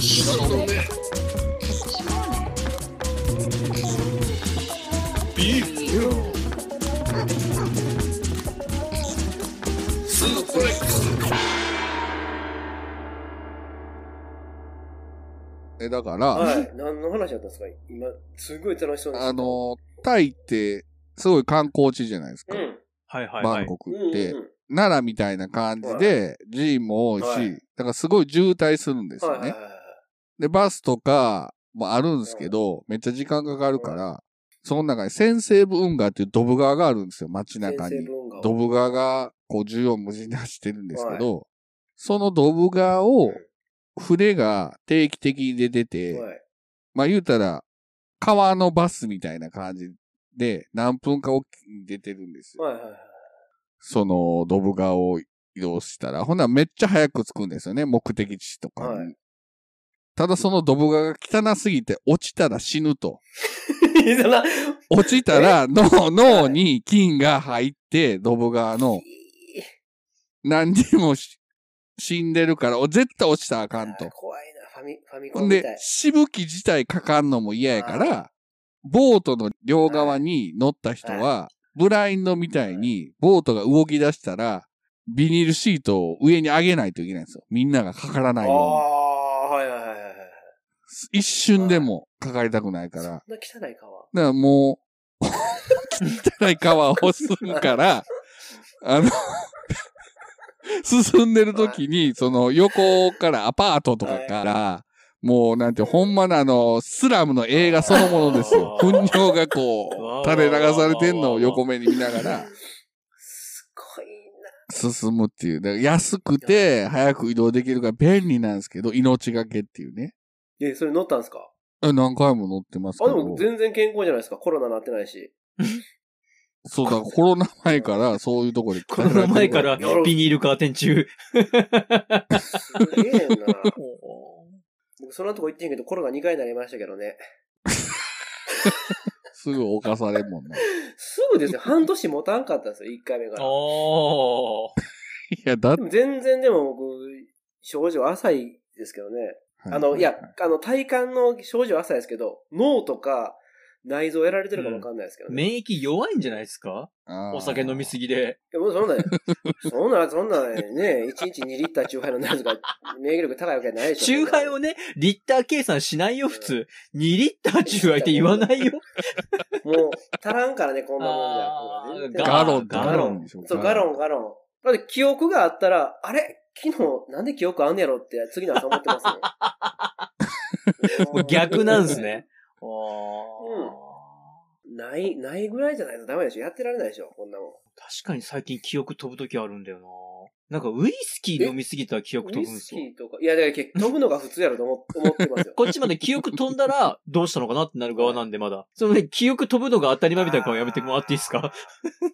ビーフスープレックス。 だから、 はい。何の話だったんですか今、すごい楽しそうです。 タイって、すごい観光地じゃないですか。 うん。 はいはいはい。 バンコクって。 うんうん、 奈良みたいな感じで、寺院も多いし、 はい、 だからすごい渋滞するんですよね。 はいはいはいはい、 で、バスとかもあるんですけど、めっちゃ時間かかるから、その中に先西部運河っていうドブ川があるんですよ、街中に。ドブ川が、こう、縦横無尽に走ってるんですけど、そのドブ川を、船が定期的に出てて、まあ言うたら、川のバスみたいな感じで、何分かおきに出てるんですよ。その、ドブ川を移動したら、ほんならめっちゃ早く着くんですよね、目的地とかに。ただそのドブ川が汚すぎて落ちたら死ぬと。落ちたら脳に菌が入って、ドブ川の何人も死んでるから、絶対落ちたらあかんと。 怖いな、ファミコンみたい。 で、しぶき自体かかんのも嫌やから、ボートの両側に乗った人は、ブラインドみたいに、ボートが動き出したら、ビニールシートを上に上げないといけないんですよ。みんながかからないように。 はいはいはいはい。 一瞬でもかかりたくないから。 そんな汚い川？ だからもう、汚い川を進むから、進んでる時に、その横からアパートとかから、もうなんて、ほんまのスラムの映画そのものですよ。糞尿がこう、垂れ流されてんのを横目に見ながら、 すごいな。進むっていう。だから安くて、早く移動できるから便利なんですけど、命がけっていうね。 それ乗ったんですか？ 何回も乗ってますけど。 でも全然健康じゃないですか。コロナなってないし。 そうだ、コロナ前からそういうとこで。 コロナ前からビニールカーテン中。 すげえな。僕そんなとこ行ってんけどコロナ2回になりましたけどね。 すぐ犯されんもんね。 すぐですよ。半年持たんかったんですよ、1回目から。 いや、だって。 全然でも僕、症状浅いですけどね。体感の症状浅いですけど、脳とか内臓やられてるかもわかんないですけどね。 免疫弱いんじゃないですか？お酒飲みすぎで。 いや、もうそんなね、1日2リッターチューハイ飲んだやつが免疫力高いわけないでしょ。 チューハイをね、リッター計算しないよ、普通。2リッターチューハイって言わないよ。 もう、足らんからね、こんなもんじゃ。 ガロン。 そう、ガロン。だって記憶があったら、あれ昨日、なんで記憶あんねやろって次の朝思ってますよ。もう逆なんですね。 ないぐらいじゃないとダメでしょ。やってられないでしょ、こんなもん。 確かに最近記憶飛ぶときあるんだよな。なんかウイスキー飲みすぎたら記憶飛ぶんですよ。 ウイスキーとか。いや、だから飛ぶのが普通やろと思ってますよ。 こっちまで記憶飛んだらどうしたのかなってなる側なんでまだ。そのね、記憶飛ぶのが当たり前みたいな顔やめてもらっていいですか？いや。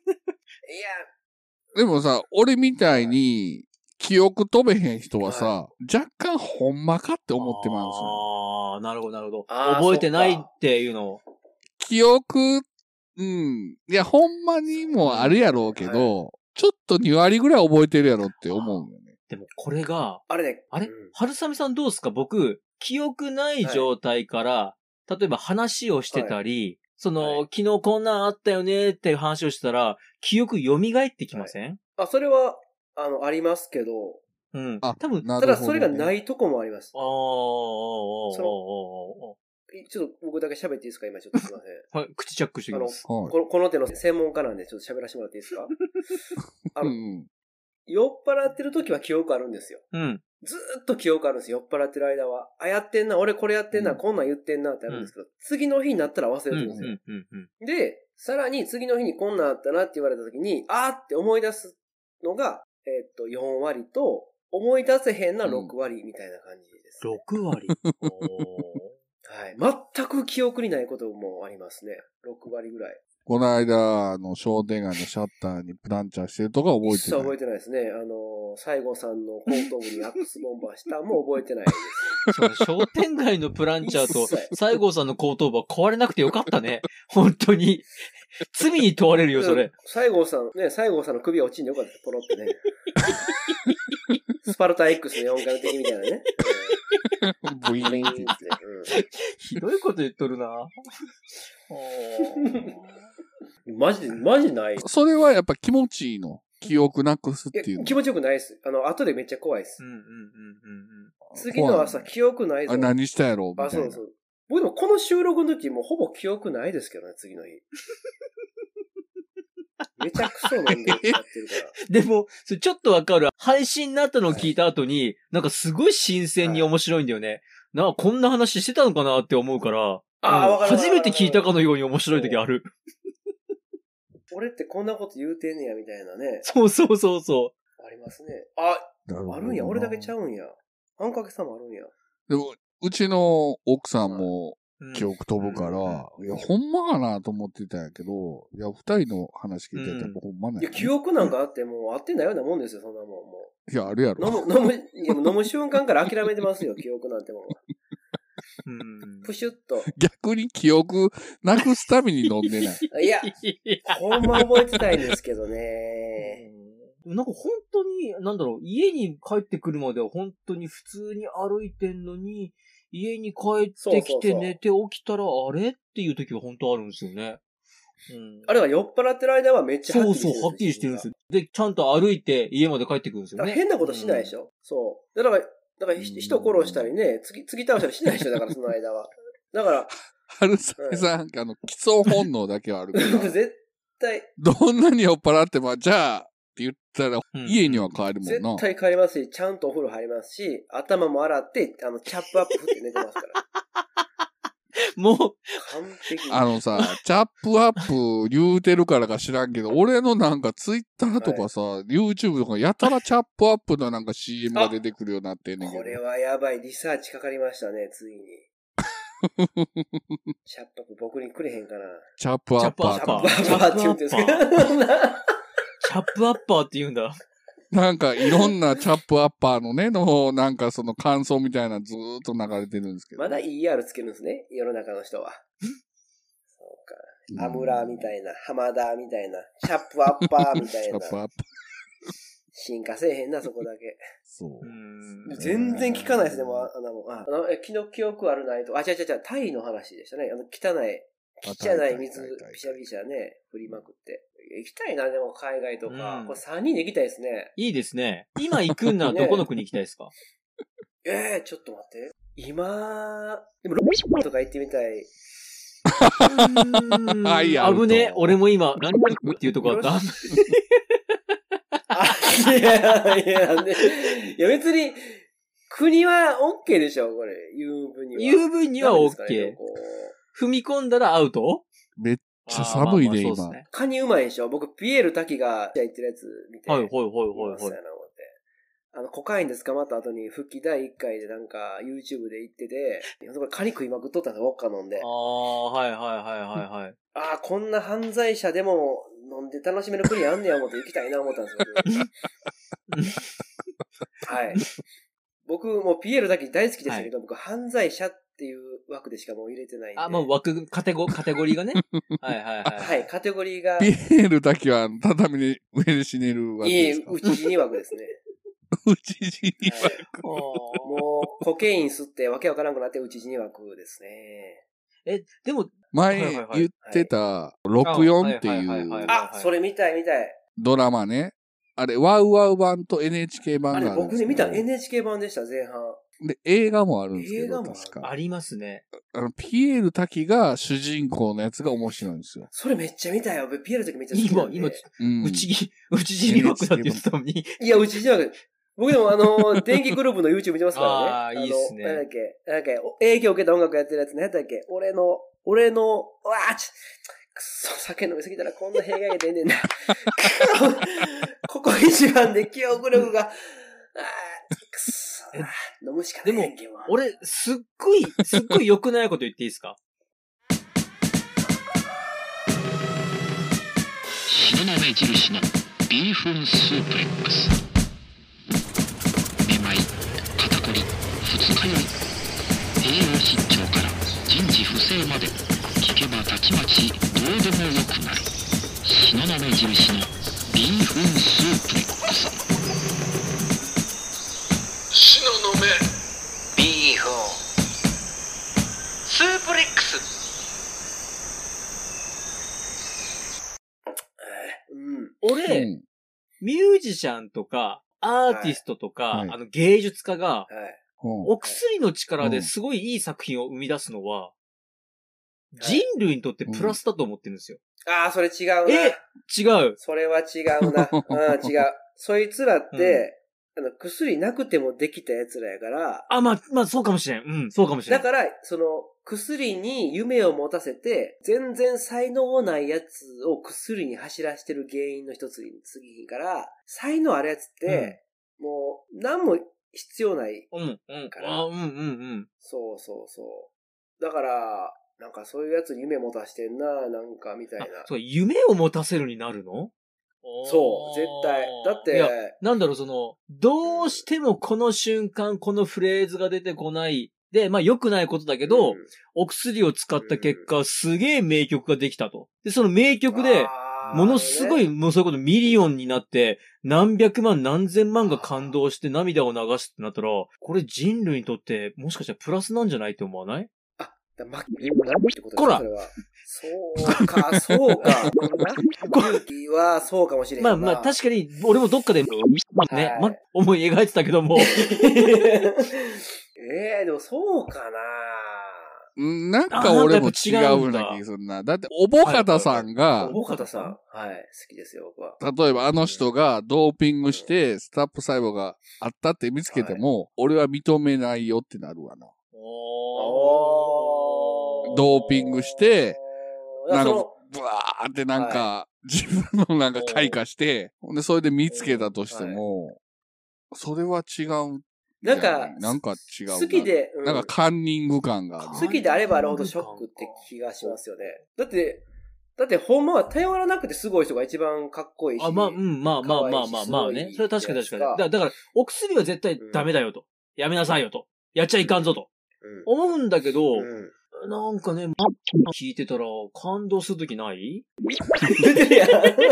でもさ、俺みたいに、記憶飛べへん人はさ、若干ほんまかって思ってまうんですよ。 なるほど。覚えてないっていうのを。 記憶、いや、ほんまにもあるやろうけど、ちょっと2割ぐらい覚えてるやろって思うよね。 でもこれが、 あれ、 春雨さんどうですか？僕、記憶ない状態から、例えば話をしてたり、昨日こんなんあったよねっていう話をしたら、記憶蘇ってきません？ それは、ありますけど。 うん。多分、 ただそれがないとこもあります。ちょっと僕だけ喋っていいですか？今ちょっとすいません。 はい、口チャックしてきます。 この手の専門家なんでちょっと喋らせてもらっていいですか？酔っ払ってる時は記憶あるんですよ。ずーっと記憶あるんですよ。酔っ払ってる間は。やってんな、俺これやってんな、こんなん言ってんなってあるんですけど、次の日になったら忘れてるんですよ。で、さらに次の日にこんなんあったなって言われた時に、って思い出すのが、4割と、思い出せへんな6割みたいな感じです、 ね。6割はい。全く記憶にないこともありますね。6割ぐらい。 この間、商店街のシャッターにプランチャーしてるとか覚えてない。 一切覚えてないですね。西郷さんの後頭部にアックスボンバーしたも覚えてないです。 商店街のプランチャーと西郷さんの後頭部は壊れなくてよかったね。本当に。罪に問われるよ、それ。 西郷さんの首が落ちんでよかったです。ポロってね。 スパルタ X の4回の敵みたいなね。 ブイーンって言って。 ひどいこと言っとるな。 マジない。 それはやっぱ気持ちいいの。記憶なくすっていうの。 気持ちよくないです。後でめっちゃ怖いです。次の朝、記憶ないぞ。 あ、何したやろみたいな。 そうそう。僕でもこの収録の時もうほぼ記憶ないですけどね、次の日。めちゃくそ飲んでやってるから。 でも、ちょっとわかる。配信になったのを聞いた後に、なんかすごい新鮮に面白いんだよね。なんかこんな話してたのかなって思うから、わかる。初めて聞いたかのように面白い時ある。 俺ってこんなこと言うてんねや、みたいなね。 そうそうそうそう。 ありますね。あるんや。俺だけちゃうんや。あんかけさんもあるんや。 でも、うちの奥さんも記憶飛ぶから、いや、ほんまかなと思ってたんやけど、いや、二人の話聞いてたらほんまない、 いや、記憶なんかあってもう合ってないようなもんですよ、そんなもん。もういや、あるやろ。 飲む瞬間から諦めてますよ、記憶なんてもんは。プシュッと。 逆に記憶なくすために飲んでない。 いや、ほんま覚えてたいんですけどね。 なんか本当に、なんだろう、家に帰ってくるまでは本当に普通に歩いてんのに、家に帰ってきて寝て起きたらあれっていう時は本当あるんですよね。 あれは酔っ払ってる間はめっちゃはっきりしてる。 そうそう、はっきりしてるんですよ。で、ちゃんと歩いて家まで帰ってくるんですよね。 変なことしないでしょ。そう。だから人殺したりね、突き倒したりしないでしょ、だからその間は。だから。 春雨さん、基礎本能だけはあるから。 絶対。 どんなに酔っ払っても、じゃあ、って言ったら、家には帰るもんな。 絶対帰りますし、ちゃんとお風呂入りますし、頭も洗って、チャップアップ振って寝てますから。 もう、 完璧。 チャップアップ言うてるからか知らんけど、俺のなんかツイッターとかさ、YouTube とかやたらチャップアップのなんか CM が出てくるようになってんねんけど。 これはやばい。リサーチかかりましたね、ついに。チャップアップ僕にくれへんかな。 チャップアッパー。 チャップアッパーって言うんですけど。 チャップアッパーって言うんだ。 なんかいろんなチャップアッパーのね、なんかその感想みたいなずーっと流れてるんですけど。 まだ ER つけるんですね、世の中の人は。そうか。アムラみたいな、ハマダみたいな、チャップアッパーみたいな。チャップアッパー。進化せえへんな、そこだけ。 そう。 全然聞かないですね、もう。昨日記憶あるないと。違う、タイの話でしたね。汚い水、ピシャピシャね、振りまくって。行きたいな、でも海外とか。これ3人で行きたいですね。 いいですね。今行くんならどこの国行きたいですか？ ちょっと待って。今、でもロッとか行ってみたい。 危ね。俺も今、何っていうとこあった。 いや別に、国は OK でしょ、これ。言う分には。 言う分には OK。踏み込んだらアウト？ めっちゃ寒いね、今。 カニうまいでしょ。僕、ピエール滝が言ってるやつ見て。 はい。 コカインで捕まった後に復帰第1回でなんか YouTube で言ってて、カニ食いまくっとったんですよ、ウォッカ飲んで。 はい。 こんな犯罪者でも飲んで楽しめる国あんねや思って行きたいな思ったんですよ。はい。僕もピエール滝大好きでしたけど、僕犯罪者っていう枠でしかもう入れてないんで。 もうカテゴリーがね。はい、 カテゴリーが。 ピエール滝は畳に上で死ねる枠ですか？ 内死に枠ですね。 内死に枠。 もう、コケイン吸ってわけわからんくなって内死に枠ですね。 でも、 前言ってた、64っていう。 それ見たい。 ドラマね。あれ、ワウワウ版と NHK 版があるんです。 僕ね、見た NHK 版でした、前半。 で、映画もあるんですけど、確か。 ありますね。 ピエール滝が主人公のやつが面白いんですよ。 それめっちゃ見たよ。ピエール滝めっちゃ好きなんで。 今、内死に枠だって言ってたのに。 いや、内死に枠。僕でも電気グループの YouTube 見てますからね。いいっすね。 なんだっけ、影響を受けた音楽やってるやつね。なんだっけ、俺の、くそ、酒飲みすぎたらこんな弊害が出んねんな。ここ一番で記憶力が、くそ、飲むしかないやんけ。 でも、俺、すっごい良くないこと言っていいですか？ 東雲印のビーフンスープレックス。めまい、肩こり、二日酔い、栄養失調から人事不正まで聞けばたちまちどうでもよくなる。東雲印のビーフンスープレックス。 死ののめビーフンスープレックス。 俺、ミュージシャンとか、アーティストとか、芸術家が、お薬の力ですごいいい作品を生み出すのは、人類にとってプラスだと思ってるんですよ。 ああ、それ違うな。 違う。 それは違うな。違う。そいつらって、薬なくてもできた奴らやから。 まあ、そうかもしれん。そうかもしれん。 だから、薬に夢を持たせて、全然才能ないやつを薬に走らしてる原因の一つに過ぎひんから、才能あるやつって、もう、何も必要ないから。そうそうそう。だから、なんかそういうやつに夢持たしてんな、なんかみたいな。 そう、夢を持たせるになるの？ そう、絶対。だって、 いや、なんだろう、どうしてもこの瞬間、このフレーズが出てこない。で、まあ良くないことだけど、お薬を使った結果、すげえ名曲ができたと。で、その名曲で、ものすごい、もうそういうことミリオンになって、何百万何千万が感動して涙を流すってなったら、これ人類にとってもしかしたらプラスなんじゃないって思わない？ こらそうか、そうか。勇気はそうかもしれない。 まあ確かに、俺もどっかで、思い描いてたけども。 でもそうかな。 なんか俺も違うな気するな。だって、おぼかたさんが、 おぼかたさん。はい、好きですよ、僕は。 例えばあの人がドーピングして、スタップ細胞があったって見つけても、俺は認めないよってなるわな。ドーピングして、なんか、ブワーってなんか、自分のなんか開花して、で、それで見つけたとしても、それは違う。なんか違う。 好きで、 なんかカンニング感がある。 好きであればあるほどショックって気がしますよね。だってほんまは頼らなくてすごい人が一番かっこいいし。 まあね。それは確かに。だから、お薬は絶対ダメだよと。やめなさいよと。やっちゃいかんぞと。思うんだけど、なんかね、聞いてたら感動するときない？ 出てるやん。い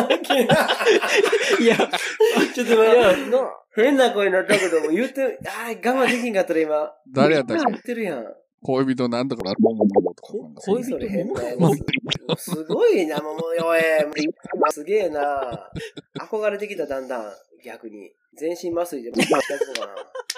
や、ちょっと待って、変な声になったけども言って、我慢できんかったら今。 誰やったっけ？ 言ってるやん。 恋人なんとかなる恋人変なやつ。すごいな、もう、すげえな。憧れてきた、だんだん、逆に。全身麻酔で、もう、かな。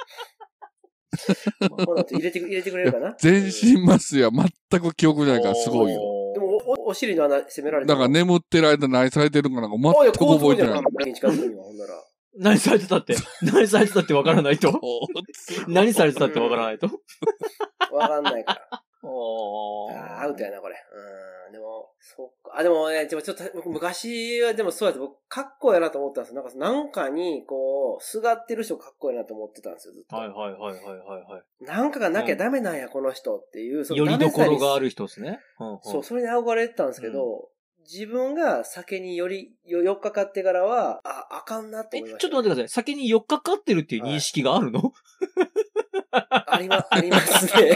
入れてくれるかな。 全身麻酔は全く記憶ないからすごいよ。 でも、お尻の穴攻められてだから眠ってる間何されてるかなんか全く覚えてない。 何されてたってわからないと。何されてたってわからないと。 わかんないから。アウトやな、これ。でも、そうか。でもね、ちょっと、僕昔はでもそうやって僕、かっこいいなと思ったんですよ。なんかに、こう、すがってる人かっこいいなと思ってたんですよ、ずっと。 はい。 なんかがなきゃダメなんや、この人っていう。 よりどころがある人ですね。 そう、それに憧れてたんですけど、自分が酒により、寄っかかってからは、あかんなって思いました。 ちょっと待ってください。酒に寄っかかってるっていう認識があるの？ ありますね。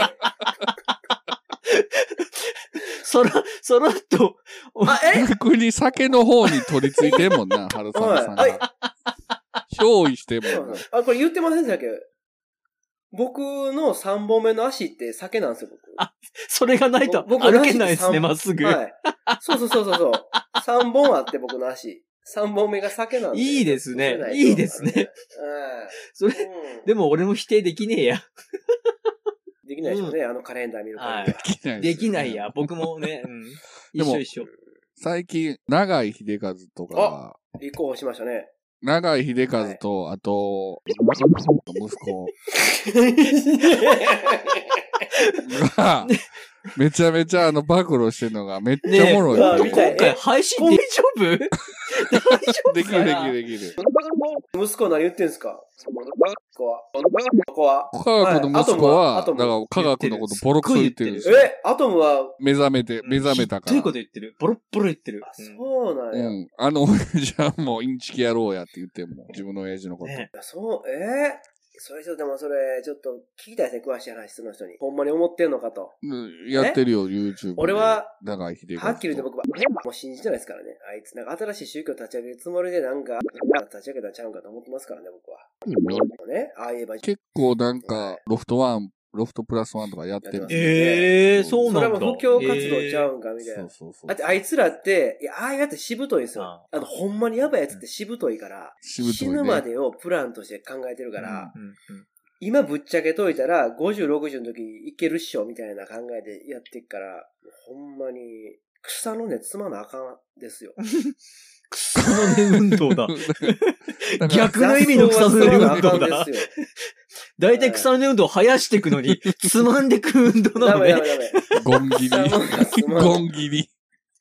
そらっと。 逆に酒の方に取り付いてんもんな、春雨さんが。憑依してんもんな。 これ言ってませんでしたっけ？僕の3本目の足って酒なんですよ、僕。 それがないと歩けないですね、まっすぐ。 はい。そう。3本あって、僕の足。3本目が酒なんで。 いいですね。いいですね。それ、でも俺も否定できねえや。 できないでしょうね、カレンダー見るから。 できないや。僕もね、一緒。 最近、長井秀和とか。 立候補しましたね。 長井秀和と、あと、息子が、めちゃめちゃ暴露してるのがめっちゃおもろい。 今回配信大丈夫？大丈夫？ できる。 息子何言ってんすか？ 科学の息子は、だから科学のことボロクソ言ってるんですよ。 アトムは目覚めたから。 どういうこと言ってる？ボロッボロ言ってる。 そうなんや。 親父はもうインチキ野郎やって言ってんもん。自分の親父のこと。 それちょっと聞きたいですね、詳しい話、その人に。ほんまに思ってんのかと。 やってるよ、YouTube。 俺は、 長井秀和。 はっきり言って僕は、もう信じてないですからね。あいつ、新しい宗教立ち上げるつもりで立ち上げたんちゃうんかと思ってますからね、僕は。 ね、ああ言えば。 結構なんか、ロフトプラスワンとかやってる。 そうなんだ。 それも布教活動ちゃうんかみたいな。だってあいつらって、いや、ああいうやつしぶといんですよ。ほんまにやばいやつってしぶといから、死ぬまでをプランとして考えてるから、今ぶっちゃけといたら、50、60の時いけるっしょみたいな考えでやっていくから、ほんまに、草の根つまなあかんですよ。 草の根運動だ。逆の意味の草の根運動だ。だいたい草の根運動を生やしていくのに、つまんでく運動なのね。 ゴンギリ。ゴンギリ。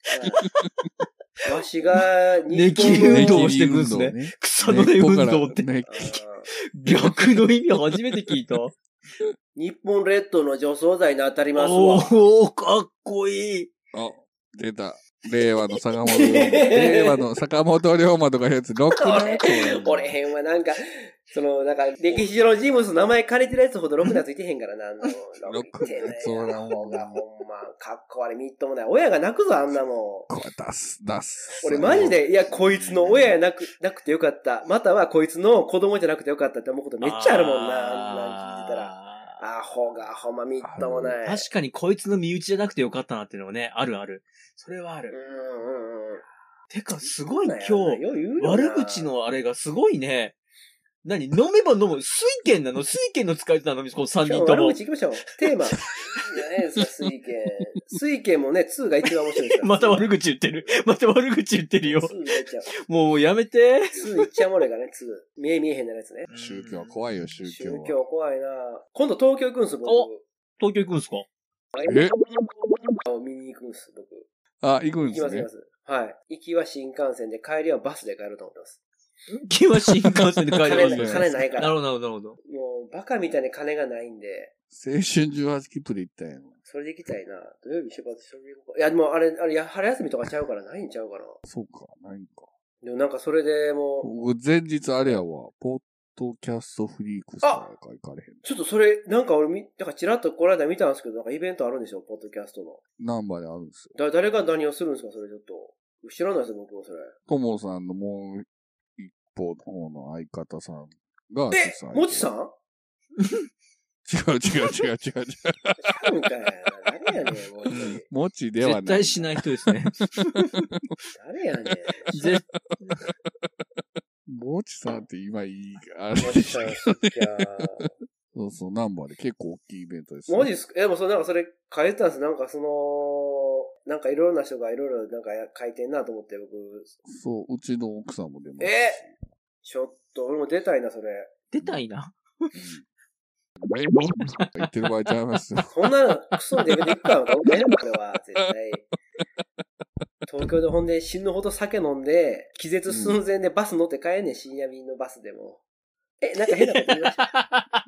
わしが日本の運動をしていくんですね。草の根運動って。逆の意味初めて聞いた。 日本列島の除草剤に当たりますわ。 おー、かっこいい。 あ、出た。令和の坂本龍馬。令和の坂本龍馬とかいうやつ、ロックなやつ。 俺へんはなんか、なんか、歴史上の人物の名前借りてるやつほどロックなついてへんからな、ロックってね。そうなもんが、ほんま、かっこ悪い、みっともない。親が泣くぞ、あんなもん。 こう出す。 俺マジで、いや、こいつの親やなくてよかった。または、こいつの子供じゃなくてよかったって思うことめっちゃあるもんな、あんなん聞いてたら。アホがほんまみっともない。 確かにこいつの身内じゃなくてよかったなっていうのもね、あるある。それはある。てか、すごい今日、悪口のあれがすごいね。飲めば飲む。水拳なの？水拳の使い手なの？この3人とも。 悪口行きましょう。テーマ。何ですか、水拳。水拳もね、2が一番面白いです。 また悪口言ってる。よ。もうやめて。 2いっちゃおもろいからね、2。見えへんなやつね。 宗教は怖いよ、宗教は。 宗教怖いな。今度東京行くんす、僕。 東京行くんすか？ 見に行くんす、僕。 あ、行くんですね。 行きます。はい。行きは新幹線で帰りはバスで帰ると思ってます。 行きは新幹線で帰ると金ないから。 なるほど。 もう、バカみたいに金がないんで。 青春18切符で行ったやん。 それで行きたいな。土曜日出発それで行こうか。いや、でもあれ、春休みとかちゃうからないんちゃうかな。 そうか、ないんか。 でもなんかそれでもう。僕、前日あれやわ。ポッドキャストフリークスとか行かれへん。 ちょっとそれ、なんか俺だからチラッとこの間見たんですけど、なんかイベントあるんでしょ、ポッドキャストの。 ナンバーであるんですよ。 誰が何をするんですか、それちょっと。知らないですよ、僕もそれ。 ともさんのもう一方の方の相方さんがもちさん違う。違うんかい。誰やねん、 もちではない。 絶対しない人ですね。 誰やねん。 もちさんって今いい、 もちさん、 そう、ナンバーで結構大きいイベントです、 マジっすか？でもなんかそれ書いてたんです。なんかなんかいろいろな人がいろいろなんか書いてんなと思って僕。 そう、うちの奥さんも出ますし。 ちょっと俺も出たいな、それ。 出たいな。 言ってる場合ちゃいますよ。 そんなのクソデブでいくか、これは絶対。東京でほんで死ぬほど酒飲んで、気絶寸前でバス乗って帰んねん、深夜便のバスでも。なんか変なこと言いました。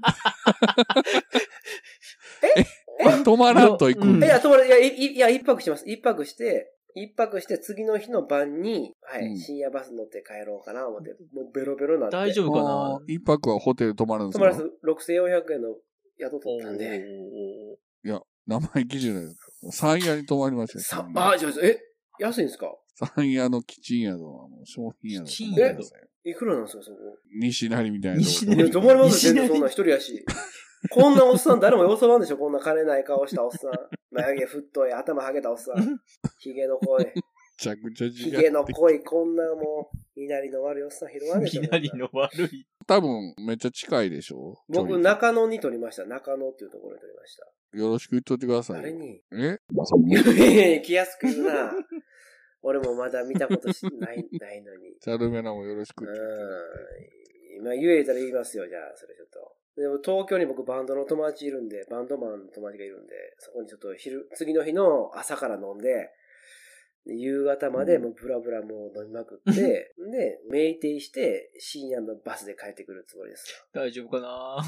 止まらんと行く。 いや、一泊します。一泊して次の日の晩に、はい、深夜バス乗って帰ろうかな思って、もうベロベロなんで。 大丈夫かな？ 一泊はホテル泊まるんですか？ 泊まるんです。6400円の宿取ったんで。 いや、名前基準です。山谷に泊まりましたよ。 じゃあ、安いんですか？ 山谷のキチン宿の商品宿。 いくらなんですか、そこ。 西成みたいな。 いや、泊まりますよ、全然そんな一人やし。こんなおっさん誰もよそばんでしょ、こんな金ない顔したおっさん。眉毛太い、頭はげたおっさん。髭の濃い。 めちゃくちゃ髭の濃い、こんなもう、身なりの悪いおっさん広がるでしょ。 身なりの悪い。 多分、めっちゃ近いでしょ。 僕、中野に撮りました。中野っていうところに撮りました。 よろしく言っといてください。 誰に？気安く言うな。俺もまだ見たことないのに。 チャルメナもよろしく言って。 今言えたら言いますよ、じゃあ、それちょっと。でも東京に僕バンドの友達いるんで、バンドマンの友達がいるんで、そこにちょっと次の日の朝から飲んで、夕方までもうブラブラもう飲みまくって、で、酩酊して深夜のバスで帰ってくるつもりですよ。 大丈夫かな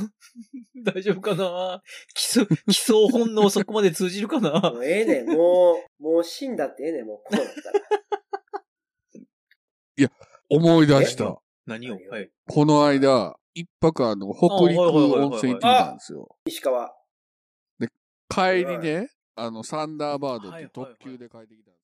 基礎本能そこまで通じるかな？ もうええねん、もう死んだってええねん、もうこうなったら。 いや、思い出した。 何を？はい。 この間、一泊北陸温泉行ってみたんですよ。 石川。 で、帰りね、サンダーバードって特急で帰ってきたんです。